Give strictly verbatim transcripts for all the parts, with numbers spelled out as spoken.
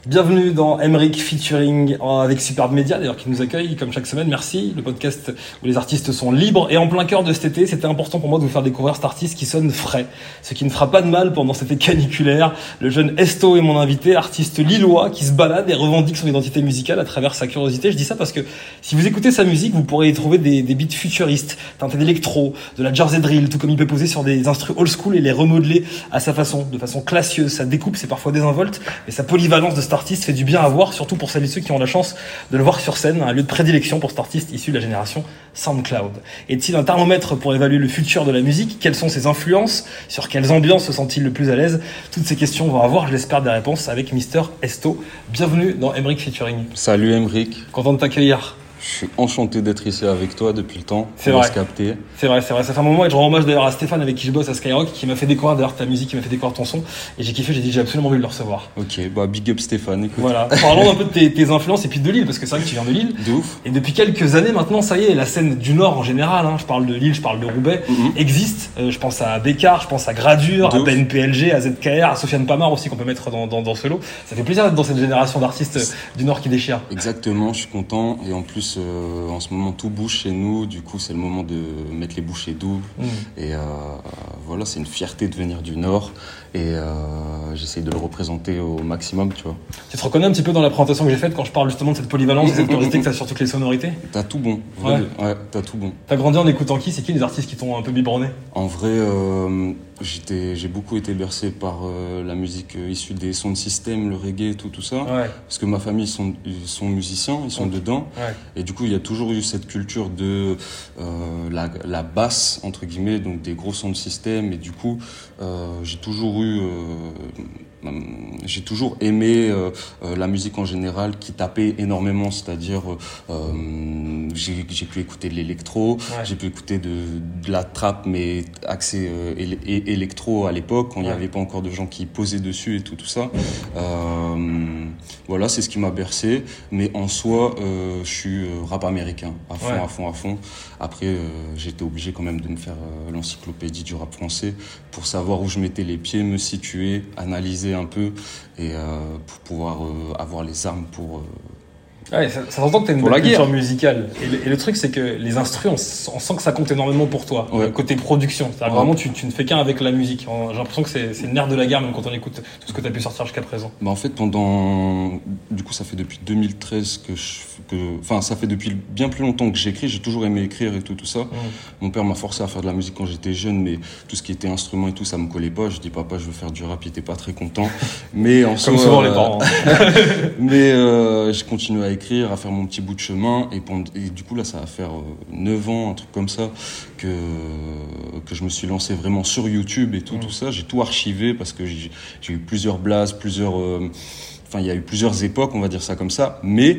Bienvenue dans Emric featuring avec Superbe Média, d'ailleurs qui nous accueille comme chaque semaine, merci. Le podcast où les artistes sont libres et en plein cœur de cet été, c'était important pour moi de vous faire découvrir cet artiste qui sonne frais, ce qui ne fera pas de mal pendant cet été caniculaire. Le jeune Esto est mon invité, artiste lillois qui se balade et revendique son identité musicale à travers sa curiosité. Je dis ça parce que si vous écoutez sa musique, vous pourrez y trouver des, des beats futuristes, teintés d'électro, de la jersey drill, tout comme il peut poser sur des instrus old school et les remodeler à sa façon, de façon classieuse. Sa découpe, c'est parfois désinvolte, mais sa polyvalence de cet artiste fait du bien à voir, surtout pour celles et ceux qui ont la chance de le voir sur scène, un lieu de prédilection pour cet artiste issu de la génération SoundCloud. Est-il un thermomètre pour évaluer le futur de la musique? Quelles sont ses influences? Sur quelles ambiances se sent-il le plus à l'aise? Toutes ces questions vont avoir, je l'espère, des réponses avec Mister Esto. Bienvenue dans Emric featuring. Salut Emric. Content de t'accueillir. Je suis enchanté d'être ici avec toi depuis le temps. C'est vrai. Se capter. C'est vrai, c'est vrai. Ça fait un moment et je rends hommage d'ailleurs à Stéphane avec qui je bosse à Skyrock, qui m'a fait découvrir d'ailleurs ta musique, qui m'a fait découvrir ton son. Et j'ai kiffé, j'ai dit j'ai absolument envie de le recevoir. Ok, bah big up Stéphane, écoute. Voilà. Parlons un peu de tes, tes influences et puis de Lille, parce que c'est vrai que tu viens de Lille. De ouf. Et depuis quelques années maintenant, ça y est, la scène du Nord en général, hein, je parle de Lille, je parle de Roubaix, mm-hmm. existe. Euh, je pense à Bécard, je pense à Gradure, de à Ben P L G, à Z K R, à Sofiane Pamar aussi qu'on peut mettre dans, dans, dans ce lot. Ça fait plaisir d'être dans cette génération d'artistes euh, du Nord qui déchirent. Exactement, je suis content. Et en plus, euh, en ce moment, tout bouge chez nous. Du coup, c'est le moment de mettre les bouchées doubles. Mm. Et euh, voilà, c'est une fierté de venir du Nord. Et euh, j'essaye de le représenter au maximum, tu vois. Tu te reconnais un petit peu dans la présentation que j'ai faite quand je parle justement de cette polyvalence, de cette curiosité que tu as sur toutes les sonorités? T'as tout bon. Ouais. ouais, t'as tout bon. T'as grandi en écoutant qui? C'est qui les artistes qui t'ont un peu biberonné? En vrai, euh, j'étais, j'ai beaucoup été bercé par euh, la musique euh, issue des sons de système, le reggae, tout, tout ça. Ouais. Parce que ma famille, ils sont, ils sont musiciens, ils sont okay. dedans. Ouais. Et du coup, il y a toujours eu cette culture de euh, la, la basse, entre guillemets, donc des gros sons de système. Et du coup, euh, j'ai toujours eu... Euh, j'ai toujours aimé euh, euh, la musique en général qui tapait énormément, c'est-à-dire euh, j'ai, j'ai pu écouter de l'électro, ouais. j'ai pu écouter de, de la trap mais axée euh, é- électro à l'époque quand il ouais. n'y avait pas encore de gens qui posaient dessus et tout tout ça. Euh, voilà, c'est ce qui m'a bercé, mais en soi euh, je suis rap américain à fond, ouais. à fond, à fond. Après euh, j'étais obligé quand même de me faire euh, l'encyclopédie du rap français pour savoir où je mettais les pieds, me situer, analyser un peu et euh, pour pouvoir euh, avoir les armes pour euh, ouais, ça, ça s'entend que t'as une bonne culture musicale et le, et le truc c'est que les instrus on, on sent que ça compte énormément pour toi, ouais. côté production, c'est-à-dire ouais. vraiment tu, tu ne fais qu'un avec la musique. J'ai l'impression que c'est, c'est le nerf de la guerre même quand on écoute tout ce que t'as pu sortir jusqu'à présent. Bah en fait pendant du coup ça fait depuis deux mille treize que je que enfin ça fait depuis bien plus longtemps que j'écris, j'ai toujours aimé écrire et tout tout ça. Mmh. Mon père m'a forcé à faire de la musique quand j'étais jeune, mais tout ce qui était instrument et tout ça me collait pas. Je dis papa je veux faire du rap, il était pas très content. Mais en comme souvent euh, les parents. mais euh, j'ai continué à écrire, à faire mon petit bout de chemin et, pendant, et du coup là ça va faire euh, neuf ans, un truc comme ça que, que je me suis lancé vraiment sur YouTube et tout, mmh. tout ça. J'ai tout archivé parce que j'ai, j'ai eu plusieurs blazes, plusieurs... Euh, Enfin, il y a eu plusieurs époques, on va dire ça comme ça, mais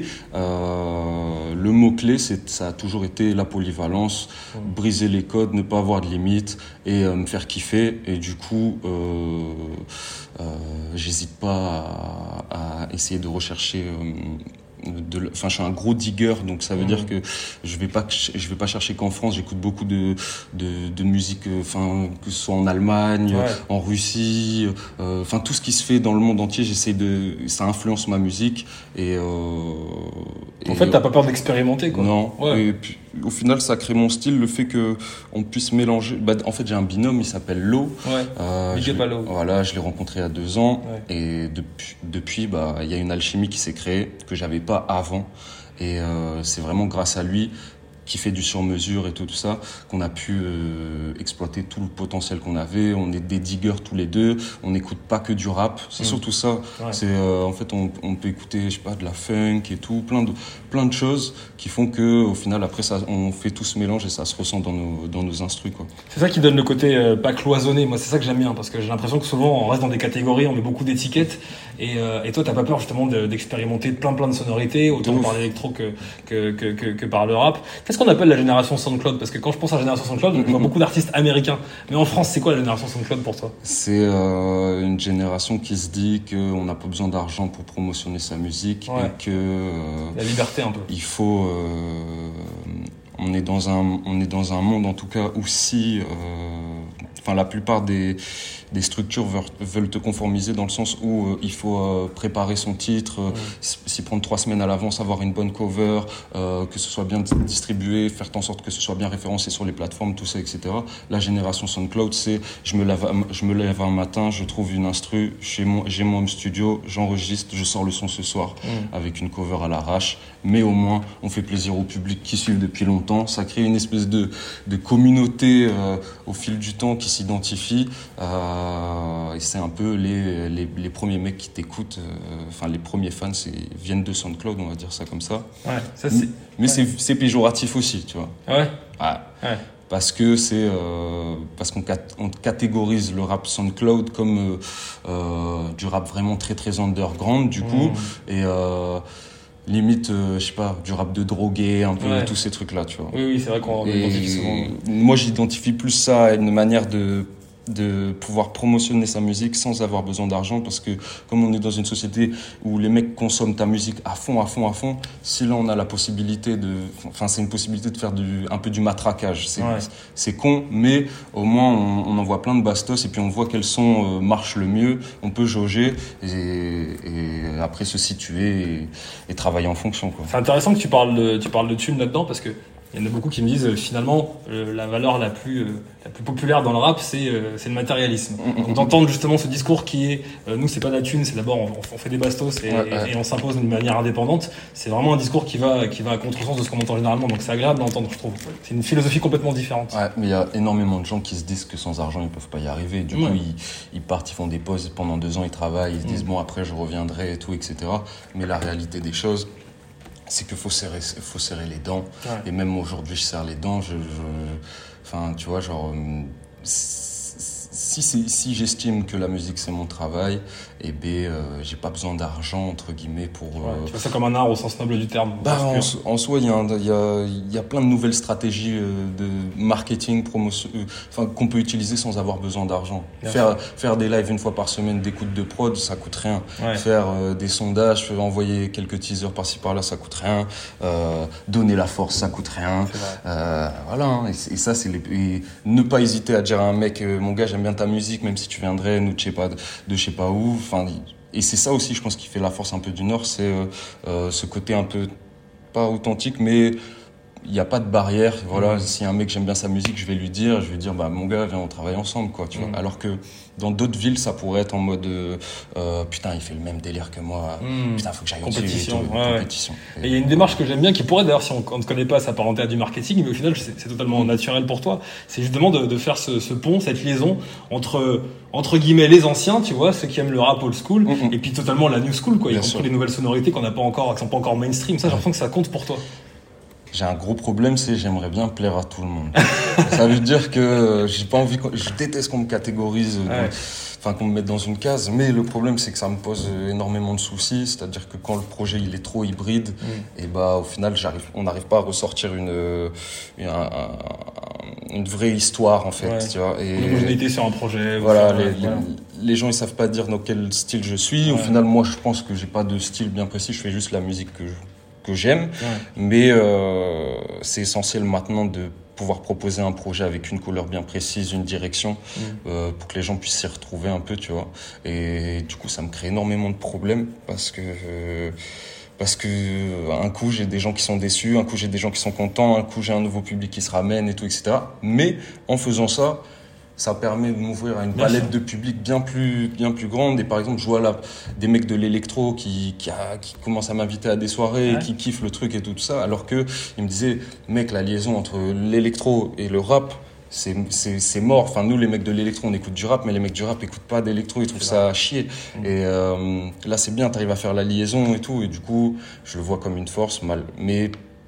euh, le mot-clé, c'est, ça a toujours été la polyvalence, mmh. briser les codes, ne pas avoir de limites et euh, me faire kiffer. Et du coup, euh, euh, j'hésite pas à, à essayer de rechercher... Euh, De, enfin, je suis un gros digger, donc ça veut mmh. dire que je vais pas, je vais pas chercher qu'en France. J'écoute beaucoup de de, de musique, enfin que ce soit en Allemagne, ouais. en Russie, euh, enfin tout ce qui se fait dans le monde entier. J'essaie de, ça influence ma musique et. Euh, en et, fait, t'as pas peur d'expérimenter, quoi. Non. Ouais. Et puis, au final, ça crée mon style, le fait que on puisse mélanger. Bah, en fait, j'ai un binôme, il s'appelle Lo. Ouais. Euh, je Lo. Voilà, je l'ai rencontré il y a deux ans ouais. et depuis, depuis, bah, il y a une alchimie qui s'est créée que j'avais pas avant et euh, c'est vraiment grâce à lui qui fait du sur-mesure et tout, tout ça qu'on a pu euh, exploiter tout le potentiel qu'on avait. On est des diggers tous les deux, on n'écoute pas que du rap, c'est mmh. surtout ça. Ouais. C'est euh, en fait on, on peut écouter je sais pas de la funk et tout, plein de plein de choses qui font que au final après ça on fait tout ce mélange et ça se ressent dans nos dans nos instrus quoi. C'est ça qui donne le côté euh, pas cloisonné. Moi c'est ça que j'aime bien parce que j'ai l'impression que souvent on reste dans des catégories, on met beaucoup d'étiquettes et euh, et toi t'as pas peur justement de, d'expérimenter plein plein de sonorités autant par l'électro que que, que que que par le rap. Qu'est-ce qu'on appelle la génération SoundCloud? Parce que quand je pense à la génération SoundCloud, je vois beaucoup d'artistes américains. Mais en France, c'est quoi la génération SoundCloud pour toi? C'est euh, une génération qui se dit qu'on n'a pas besoin d'argent pour promotionner sa musique ouais. et que... Euh, la liberté un peu. Il faut... Euh, on est dans un, on est dans un monde en tout cas où si... Euh, enfin la plupart des des structures veulent te conformiser dans le sens où euh, il faut euh, préparer son titre, euh, mmh. s'y prendre trois semaines à l'avance, avoir une bonne cover, euh, que ce soit bien distribué, faire en sorte que ce soit bien référencé sur les plateformes, tout ça, et cetera. La génération SoundCloud, c'est je me lève, je me lève un matin, je trouve une instru, chez moi, j'ai mon studio, j'enregistre, je sors le son ce soir mmh. avec une cover à l'arrache. Mais au moins, on fait plaisir au public qui suivent depuis longtemps. Ça crée une espèce de, de communauté euh, au fil du temps qui s'identifie. Euh, et c'est un peu les, les, les premiers mecs qui t'écoutent, euh, enfin les premiers fans c'est, viennent de SoundCloud, on va dire ça comme ça. Ouais, ça c'est... Mais ouais. c'est, c'est péjoratif aussi, tu vois. Ouais. Ouais. ouais. Parce que c'est euh, parce qu'on cat- on catégorise le rap SoundCloud comme euh, euh, du rap vraiment très très underground du coup mmh. et euh, limite euh, je sais pas du rap de drogué un peu ouais. tous ces trucs là tu vois. Oui oui c'est vrai qu'on identifie souvent. Moi j'identifie plus ça à une manière de de pouvoir promotionner sa musique sans avoir besoin d'argent parce que comme on est dans une société où les mecs consomment ta musique à fond à fond à fond, si là on a la possibilité de enfin c'est une possibilité de faire du un peu du matraquage, c'est ouais. c'est con mais au moins on, on en voit plein de bastos et puis on voit quels sons euh, marchent le mieux, on peut jauger et, et après se situer et, et travailler en fonction quoi. C'est intéressant que tu parles de tu parles de thunes là-dedans parce que il y en a beaucoup qui me disent euh, finalement euh, la valeur la plus euh, la plus populaire dans le rap c'est euh, c'est le matérialisme. Donc d'entendre justement ce discours qui est euh, nous c'est pas de la thune, c'est d'abord on, on fait des bastos et, ouais, ouais. et, et on s'impose d'une manière indépendante. C'est vraiment un discours qui va qui va à contresens de ce qu'on entend généralement. Donc c'est agréable d'entendre je trouve. C'est une philosophie complètement différente. Ouais, mais il y a énormément de gens qui se disent que sans argent ils peuvent pas y arriver. Du ouais. coup ils ils partent, ils font des pauses pendant deux ans, ils travaillent, ils se disent mmh. bon après je reviendrai et tout et cetera. Mais la réalité des choses c'est qu'il faut serrer, faut serrer les dents. Ouais. Et même aujourd'hui, je serre les dents. Je, je, enfin, tu vois, genre, si, si, si j'estime que la musique c'est mon travail, eh ben, euh, j'ai pas besoin d'argent entre guillemets pour. Ouais, euh... Tu vois ça comme un art au sens noble du terme. Bah, en, en soi, il y a, il y a, il y a plein de nouvelles stratégies euh, de marketing, promotion, euh, enfin qu'on peut utiliser sans avoir besoin d'argent. Faire, faire des lives une fois par semaine, d'écoute de prod, ça coûte rien. Ouais. Faire euh, des sondages, faire envoyer quelques teasers par-ci par-là, ça coûte rien. Euh, donner la force, ça coûte rien. Euh, voilà. Hein, et, et ça, c'est les. Et ne pas hésiter à dire à un mec, euh, mon gars, j'aime bien ta musique, même si tu viendrais, nous, de je sais pas, de, de je sais pas où. Enfin, et c'est ça aussi, je pense, qui fait la force un peu du Nord, c'est euh, euh, ce côté un peu pas authentique, mais il n'y a pas de barrière. Voilà, mmh. si un mec j'aime bien sa musique, je vais lui dire, je vais lui dire, bah mon gars, viens, on travaille ensemble, quoi. Tu mmh. vois. Alors que dans d'autres villes, ça pourrait être en mode, euh, putain, il fait le même délire que moi. Mmh. Putain, faut que j'aille compétition. Au-dessus, ouais, compétition. Et il y a une démarche que j'aime bien, qui pourrait d'ailleurs, si on ne connaît pas, s'apparenter à du marketing, mais au final, c'est, c'est totalement mmh. naturel pour toi. C'est justement de, de faire ce, ce pont, cette liaison entre entre guillemets les anciens, tu vois, ceux qui aiment le rap old school, mmh. et puis totalement la new school, quoi. Y compris les nouvelles sonorités qu'on n'a pas encore, qui sont pas encore mainstream. Ça, j'ai l'impression que ça compte pour toi. J'ai un gros problème, c'est j'aimerais bien plaire à tout le monde. Ça veut dire que j'ai pas envie, je déteste qu'on me catégorise, ouais. enfin qu'on me mette dans une case. Mais le problème, c'est que ça me pose énormément de soucis. C'est-à-dire que quand le projet il est trop hybride, mmh. et bah au final, j'arrive, on n'arrive pas à ressortir une une, un, une vraie histoire en fait. Ouais. Tu vois. Et vous avez été sur un projet. Voilà, les, voilà. Les, les gens ils savent pas dire dans quel style je suis. Ouais. Au final, moi, je pense que j'ai pas de style bien précis. Je fais juste la musique que je que j'aime, ouais. mais euh, c'est essentiel maintenant de pouvoir proposer un projet avec une couleur bien précise, une direction, mmh. euh, pour que les gens puissent s'y retrouver un peu, tu vois. Et du coup, ça me crée énormément de problèmes parce que euh, parce que un coup j'ai des gens qui sont déçus, un coup j'ai des gens qui sont contents, un coup j'ai un nouveau public qui se ramène et tout, et cetera. Mais en faisant ça, ça permet de m'ouvrir à une bien palette sûr. de public bien plus, bien plus grande. Et par exemple, je vois là des mecs de l'électro qui, qui, a, qui commencent à m'inviter à des soirées, ouais. et qui kiffent le truc et tout ça. Alors que ils me disaient, mec, la liaison entre l'électro et le rap, c'est, c'est, c'est mort. Enfin, nous, les mecs de l'électro, on écoute du rap, mais les mecs du rap écoutent pas d'électro, ils trouvent c'est ça à chier. Mmh. Et euh, là, c'est bien, t'arrives à faire la liaison et tout. Et du coup, je le vois comme une force, mal. Mais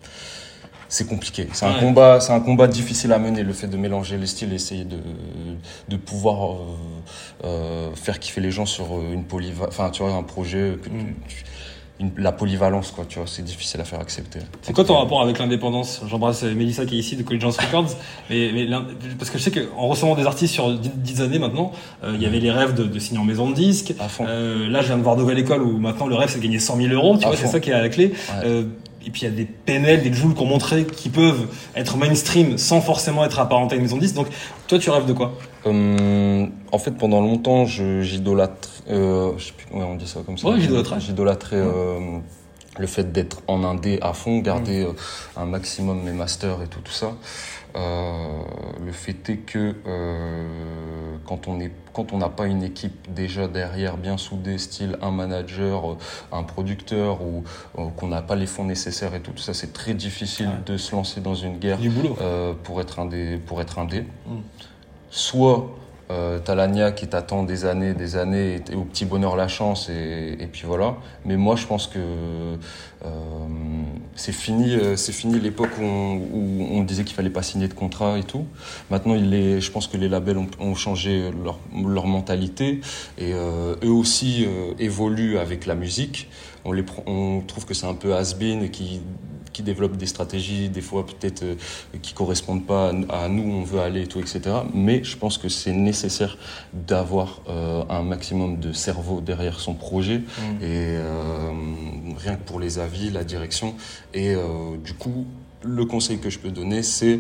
c'est compliqué. C'est un ouais. combat, c'est un combat difficile à mener, le fait de mélanger les styles, essayer de de pouvoir euh, euh, faire kiffer les gens sur une polyva, enfin tu vois un projet, que mm. tu, une, la polyvalence quoi, tu vois, c'est difficile à faire accepter. C'est quoi ton rapport avec l'indépendance ? J'embrasse Mélissa qui est ici de Collegiance Records, mais, mais parce que je sais qu'en recevant des artistes sur dix années maintenant, il euh, y avait les rêves de, de signer en maison de disques. Euh, là, je viens de voir Nouvelle École où maintenant le rêve c'est de gagner cent mille euros, tu à vois, fond. C'est ça qui est à la clé. Ouais. Euh, et puis il y a des P N L, des Joule qui ont montré qu'ils peuvent être mainstream sans forcément être apparentés à une maison de disques. Donc toi, tu rêves de quoi? Euh, en fait, pendant longtemps, je, j'idolâtre, euh, je sais plus, ouais, on dit ça comme ça. Ouais, j'idolâtrais. J'idolâtrais euh, le fait d'être en indé à fond, garder mmh. euh, un maximum mes masters et tout, tout ça. Euh, le fait est que euh, quand on est, quand on n'a pas une équipe déjà derrière bien soudée, style un manager, euh, un producteur, ou euh, qu'on n'a pas les fonds nécessaires et tout, tout ça, c'est très difficile ouais. de se lancer dans une guerre euh, pour être indé, pour être indé. Mmh. Soit euh, t'as l'Agna qui t'attend des années, des années, et, et au petit bonheur la chance, et, et puis voilà. Mais moi, je pense que euh, c'est fini, euh, c'est fini l'époque où on, où on disait qu'il fallait pas signer de contrat et tout. Maintenant, il est, je pense que les labels ont, ont changé leur, leur mentalité, et euh, eux aussi euh, évoluent avec la musique. On, les, on trouve que c'est un peu has-been et qui qui développent des stratégies, des fois peut-être euh, qui correspondent pas à nous, on veut aller et tout, et cetera. Mais je pense que c'est nécessaire d'avoir euh, un maximum de cerveau derrière son projet, mmh. et euh, rien que pour les avis, la direction. Et euh, du coup, le conseil que je peux donner, c'est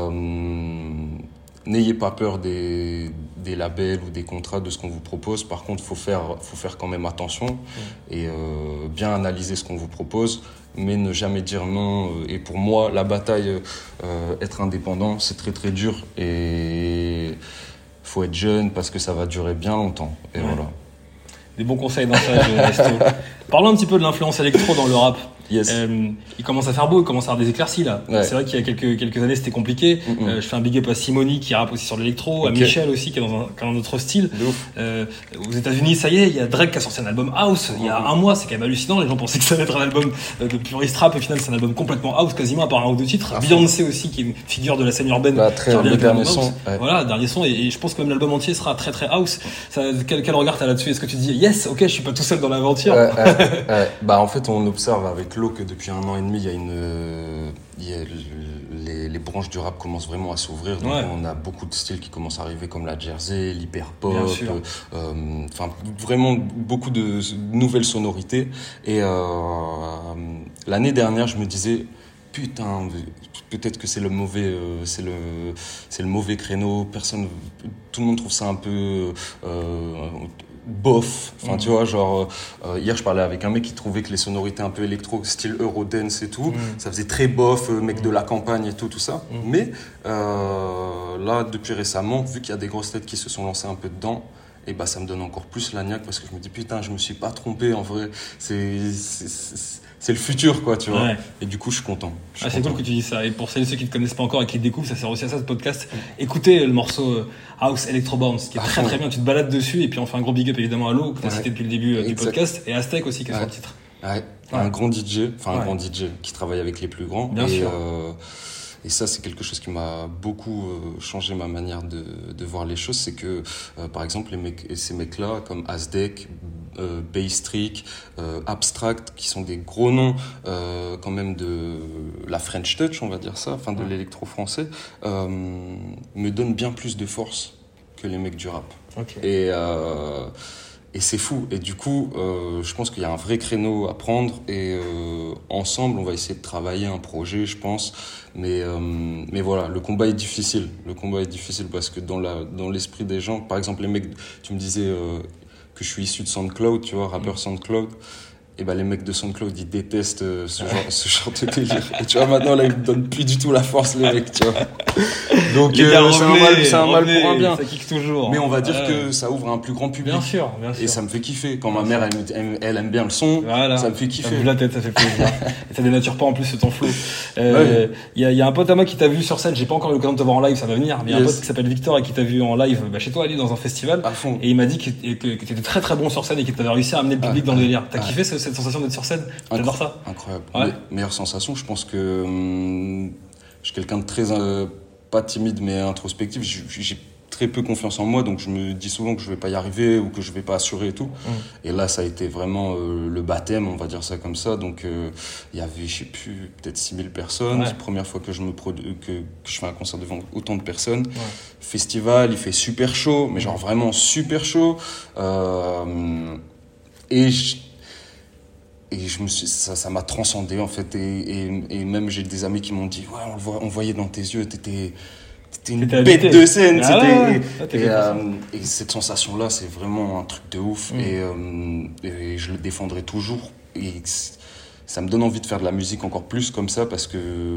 euh, n'ayez pas peur des, des labels ou des contrats, de ce qu'on vous propose. Par contre, il faut faire, faut faire quand même attention mmh. et euh, bien analyser ce qu'on vous propose, mais ne jamais dire non. Et pour moi, la bataille, euh, être indépendant, c'est très très dur, et faut être jeune parce que ça va durer bien longtemps. Et ouais. voilà. Des bons conseils dans ça, Resto. Parlons un petit peu de l'influence électro dans le rap. Yes. Euh, il commence à faire beau, il commence à avoir des éclaircies là. Ouais. C'est vrai qu'il y a quelques quelques années c'était compliqué. Mm-hmm. Euh, je fais un big up à Simoni qui rappe aussi sur l'électro, okay. à Michel aussi qui est dans un, qui a un autre style. Euh, aux États-Unis, ça y est, il y a Drake qui a sorti un album house. Il y a un mois, c'est quand même hallucinant. Les gens pensaient que ça allait être un album de puriste rap, et au final c'est un album complètement house quasiment, à part un ou deux titres. Ah, Beyoncé aussi qui est une figure de la scène urbaine. Bah, très le dernier son. Ouais. Voilà, dernier son, et, et je pense que même l'album entier sera très très house. Ça, quel, quel regard t'as là-dessus? Est-ce que tu te dis yes, ok, je suis pas tout seul dans l'aventure? Ouais, ouais, ouais. Bah en fait, on observe avec Lo que depuis un an et demi, il y a une, euh, il y a les, les branches du rap commencent vraiment à s'ouvrir. Donc ouais. on a beaucoup de styles qui commencent à arriver, comme la Jersey, l'hyperpop, enfin euh, vraiment beaucoup de nouvelles sonorités. Et euh, l'année dernière, je me disais, putain, peut-être que c'est le mauvais, euh, c'est le, c'est le mauvais créneau. Personne, tout le monde trouve ça un peu euh, bof. Enfin, mmh. tu vois, genre euh, hier, je parlais avec un mec qui trouvait que les sonorités un peu électro, style Eurodance et tout, mmh. ça faisait très bof, euh, mec mmh. de la campagne et tout, tout ça. Mmh. Mais euh, là, depuis récemment, vu qu'il y a des grosses têtes qui se sont lancées un peu dedans, et bah ça me donne encore plus la niaque, parce que je me dis putain, je me suis pas trompé en vrai. C'est, c'est, c'est c'est le futur, quoi, tu vois. Ouais. Et du coup, je suis content. Je suis ah, c'est content. cool que tu dis ça. Et pour celles et ceux qui ne te connaissent pas encore et qui te découvrent, ça sert aussi à ça, ce podcast. Mmh. Écoutez le morceau House Electro Bounce, qui est ah, très très bien. Tu te balades dessus, et puis on fait un gros big up évidemment à Lo, que tu as ouais. cité depuis le début exact. Du podcast, et Aztec aussi, qui est ouais. sur le titre. Ouais. ouais. Un grand D J, enfin ouais. un grand D J qui travaille avec les plus grands. Bien et, sûr. Euh, Et ça, c'est quelque chose qui m'a beaucoup euh, changé ma manière de, de voir les choses. C'est que, euh, par exemple, les mecs, ces mecs-là, comme Aztec, euh, Baystrick, euh, Abstract, qui sont des gros noms euh, quand même de la French Touch, on va dire ça, enfin de ouais. l'électro français, euh, me donnent bien plus de force que les mecs du rap. Okay. Et... Euh, Et c'est fou. Et du coup, euh, je pense qu'il y a un vrai créneau à prendre. Et euh, ensemble, on va essayer de travailler un projet, je pense. Mais, euh, mais voilà, le combat est difficile. Le combat est difficile parce que dans, la, dans l'esprit des gens, par exemple, les mecs, tu me disais euh, que je suis issu de SoundCloud, tu vois, rappeur SoundCloud. Et ben les mecs de SoundCloud, ils détestent euh, ce, genre, ce genre de délire. Et tu vois, maintenant, là, ils me donnent plus du tout la force, les mecs, tu vois. Donc, euh, gars, c'est un mal, c'est un mal pour un bien. Ça kick toujours. Mais on va dire ouais. que ça ouvre un plus grand public. Bien sûr, bien sûr. Et ça me fait kiffer. Quand ma mère, elle, elle, elle aime bien le son, voilà. ça me fait kiffer. Ça me la tête, ça fait plaisir. Et ça dénature pas en plus ton flow. Il euh, ouais. y, a, y a un pote à moi qui t'a vu sur scène, j'ai pas encore eu l'occasion de te voir en live, ça va venir. Mais il y a yes. un pote qui s'appelle Victor et qui t'a vu en live bah, chez toi, Ali, dans un festival. À fond. Et il m'a dit que, que, que t'étais très très bon sur scène et que t'avais réussi à amener le public ah, dans le délire. T'as ah, kiffé cette sensation d'être sur scène? T'adores ça? Incroyable. Ouais. Me- meilleure sensation, je pense que hum, je suis quelqu'un de très, euh, pas timide, mais introspectif. J'ai, j'ai très peu confiance en moi, donc je me dis souvent que je vais pas y arriver ou que je vais pas assurer et tout. Mmh. Et là, ça a été vraiment euh, le baptême, on va dire ça comme ça. Donc, il euh, y avait, je sais plus, peut-être six mille personnes. Ouais. C'est la première fois que je me produ- que, que je fais un concert devant autant de personnes. Ouais. Festival, il fait super chaud, mais genre vraiment super chaud. Euh, et je, et je me suis, ça, ça m'a transcendé en fait, et, et, et même j'ai des amis qui m'ont dit, ouais, on le voit, on voyait dans tes yeux, t'étais, t'étais une T'étais bête habité. de scène, Ah c'était, ouais, ah, t'es et, fait pour ça. euh, et cette sensation-là, c'est vraiment un truc de ouf, Mm. et, euh, et je le défendrai toujours, et ça me donne envie de faire de la musique encore plus comme ça, parce que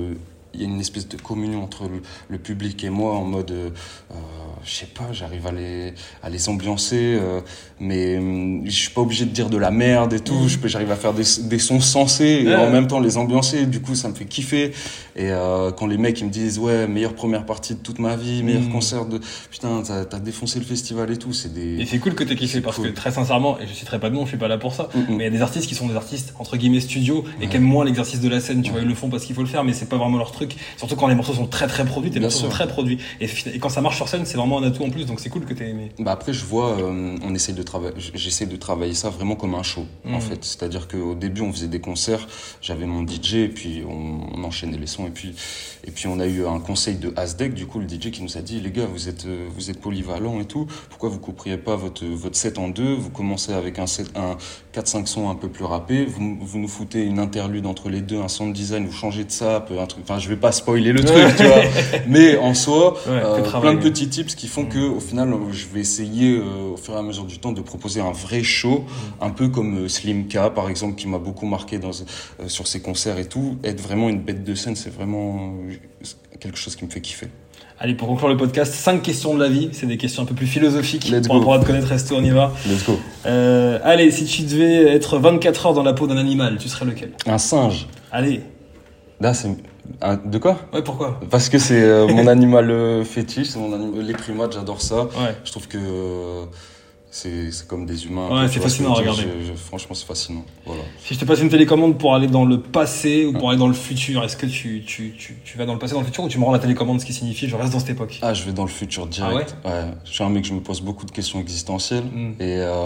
il y a une espèce de communion entre le, le public et moi, en mode, euh, je sais pas, j'arrive à les, à les ambiancer, euh, mais euh, je suis pas obligé de dire de la merde et tout, Mmh. je peux, j'arrive à faire des, des sons sensés et Ouais. en même temps les ambiancer, du coup ça me fait kiffer. Et euh, quand les mecs ils me disent, ouais, meilleure première partie de toute ma vie, meilleur Mmh. concert de, putain, t'as, t'as défoncé le festival et tout, c'est des... Et c'est cool que t'aies kiffé C'est parce cool. que très sincèrement, et je citerai pas de nom, je suis pas là pour ça, Mm-mm. mais il y a des artistes qui sont des artistes entre guillemets studio et Ouais. qui aiment moins l'exercice de la scène, tu Ouais. vois, ils le font parce qu'il faut le faire, mais c'est pas vraiment leur truc. Surtout quand les morceaux sont très très produits, tes Bien morceaux sûr. sont très produits. Et, fi- et quand ça marche sur scène, c'est vraiment un atout en plus, donc c'est cool que t'aies aimé. Bah après je vois, euh, on essaie de travailler, j'essaie de travailler ça vraiment comme un show Mhm. en fait. C'est-à-dire qu'au début on faisait des concerts, j'avais mon D J et puis on, on enchaînait les sons et puis et puis on a eu un conseil de Asdec, du coup le D J qui nous a dit, les gars, vous êtes euh, vous êtes polyvalents et tout, pourquoi vous couperiez pas votre votre set en deux, vous commencez avec un set un quatre cinq sons un peu plus rappés, vous vous nous foutez une interlude entre les deux, un sound design, vous changez de sap, un truc, enfin je vais pas spoiler le truc, tu vois, mais en soi Ouais, euh, fais plein travailler. de petits tips qui font Mhm. que au final je vais essayer euh, au fur et à mesure du temps de proposer un vrai show, un peu comme euh, Slimka par exemple, qui m'a beaucoup marqué dans, euh, sur ses concerts et tout. Être vraiment une bête de scène, c'est vraiment euh, quelque chose qui me fait kiffer. Allez, pour conclure le podcast, cinq questions de la vie, c'est des questions un peu plus philosophiques. Let's pour go. apprendre à te connaître, Resto, on y va. Let's go. Euh, allez, si tu devais être vingt-quatre heures dans la peau d'un animal, tu serais lequel? Un singe. Allez. Là, c'est un- de quoi? Ouais, pourquoi? Parce que c'est euh, mon animal euh, fétiche, c'est mon anim- les primates, j'adore ça. Ouais. Je trouve que euh, c'est c'est comme des humains. Ouais, tu c'est vois ce que fascinant je veux à dire. regarder. Je- je- franchement, c'est fascinant. Voilà. Si je te passe une télécommande pour aller dans le passé ou pour aller dans le futur, est-ce que tu, tu, tu, tu vas dans le passé, dans le futur, ou tu me rends la télécommande, ce qui signifie je reste dans cette époque? Ah, je vais dans le futur direct. ouais. Je suis un mec, je me pose beaucoup de questions existentielles Mm. et euh,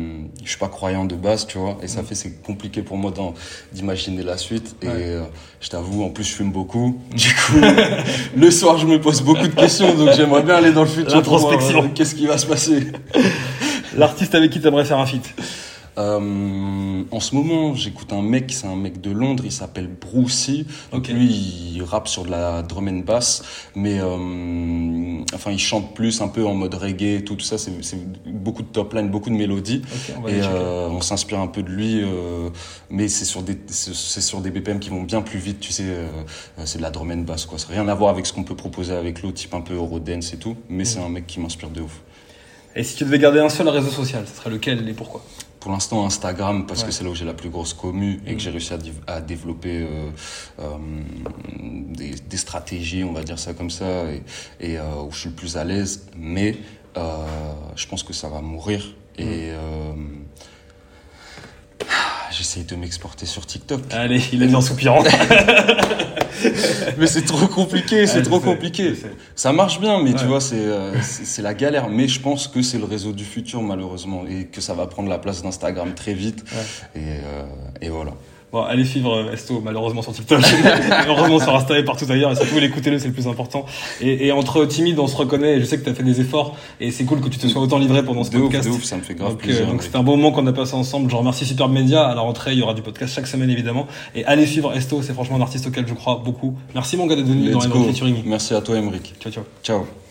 je suis pas croyant de base, tu vois. Et ça Mm. fait c'est compliqué pour moi d'en- d'imaginer la suite. Et Ouais. euh, je t'avoue, en plus, je fume beaucoup. Du coup, le soir, je me pose beaucoup de questions. Donc, j'aimerais bien aller dans le futur pour voir L'introspection. euh, qu'est-ce qui va se passer. L'artiste avec qui t'aimerais faire un feat? Euh, en ce moment, j'écoute un mec, c'est un mec de Londres, il s'appelle Brucey. Donc Ok. lui, il rappe sur de la drum and bass, mais euh, enfin, il chante plus un peu en mode reggae, tout, tout ça. C'est, c'est beaucoup de top line, beaucoup de mélodies. Ok, on va Et aller checker. euh, on s'inspire un peu de lui, euh, mais c'est sur des, c'est, c'est sur des B P M qui vont bien plus vite. Tu sais, euh, c'est de la drum and bass, quoi. Ça n'a rien à voir avec ce qu'on peut proposer avec l'autre, type un peu Eurodance et tout. Mais c'est un mec qui m'inspire de ouf. Et si tu devais garder un seul réseau social, ce serait lequel et pourquoi? Pour l'instant, Instagram, parce Ouais. que c'est là où j'ai la plus grosse commu et Mm. que j'ai réussi à, div- à développer euh, euh, des, des stratégies, on va dire ça comme ça, et, et euh, où je suis le plus à l'aise. Mais euh, je pense que ça va mourir. Et euh, j'essaye de m'exporter sur TikTok. Allez, il a dit en soupirant. Mais c'est trop compliqué, c'est Ouais, je trop sais, compliqué. je sais. Ça marche bien, mais tu Ouais. vois, c'est, euh, c'est c'est la galère. Mais je pense que c'est le réseau du futur, malheureusement, et que ça va prendre la place d'Instagram très vite. Ouais. Et, euh, et voilà. Bon, allez suivre euh, Esto, malheureusement sur TikTok, heureusement sur Insta et partout ailleurs, et surtout l'écoutez-le, c'est le plus important. Et, et entre timides, on se reconnaît, et je sais que tu as fait des efforts, et c'est cool que tu te sois autant livré pendant ce De ouf, podcast. de ouf, ça me fait grave Donc, plaisir. euh, donc oui. c'était un bon moment qu'on a passé ensemble. Je remercie Superbe Media. À la rentrée, il y aura du podcast chaque semaine évidemment. Et allez suivre Esto, c'est franchement un artiste auquel je crois beaucoup. Merci mon gars d'être venu dans Let's les go. featuring. Merci à toi, Emric. Ciao ciao. Ciao.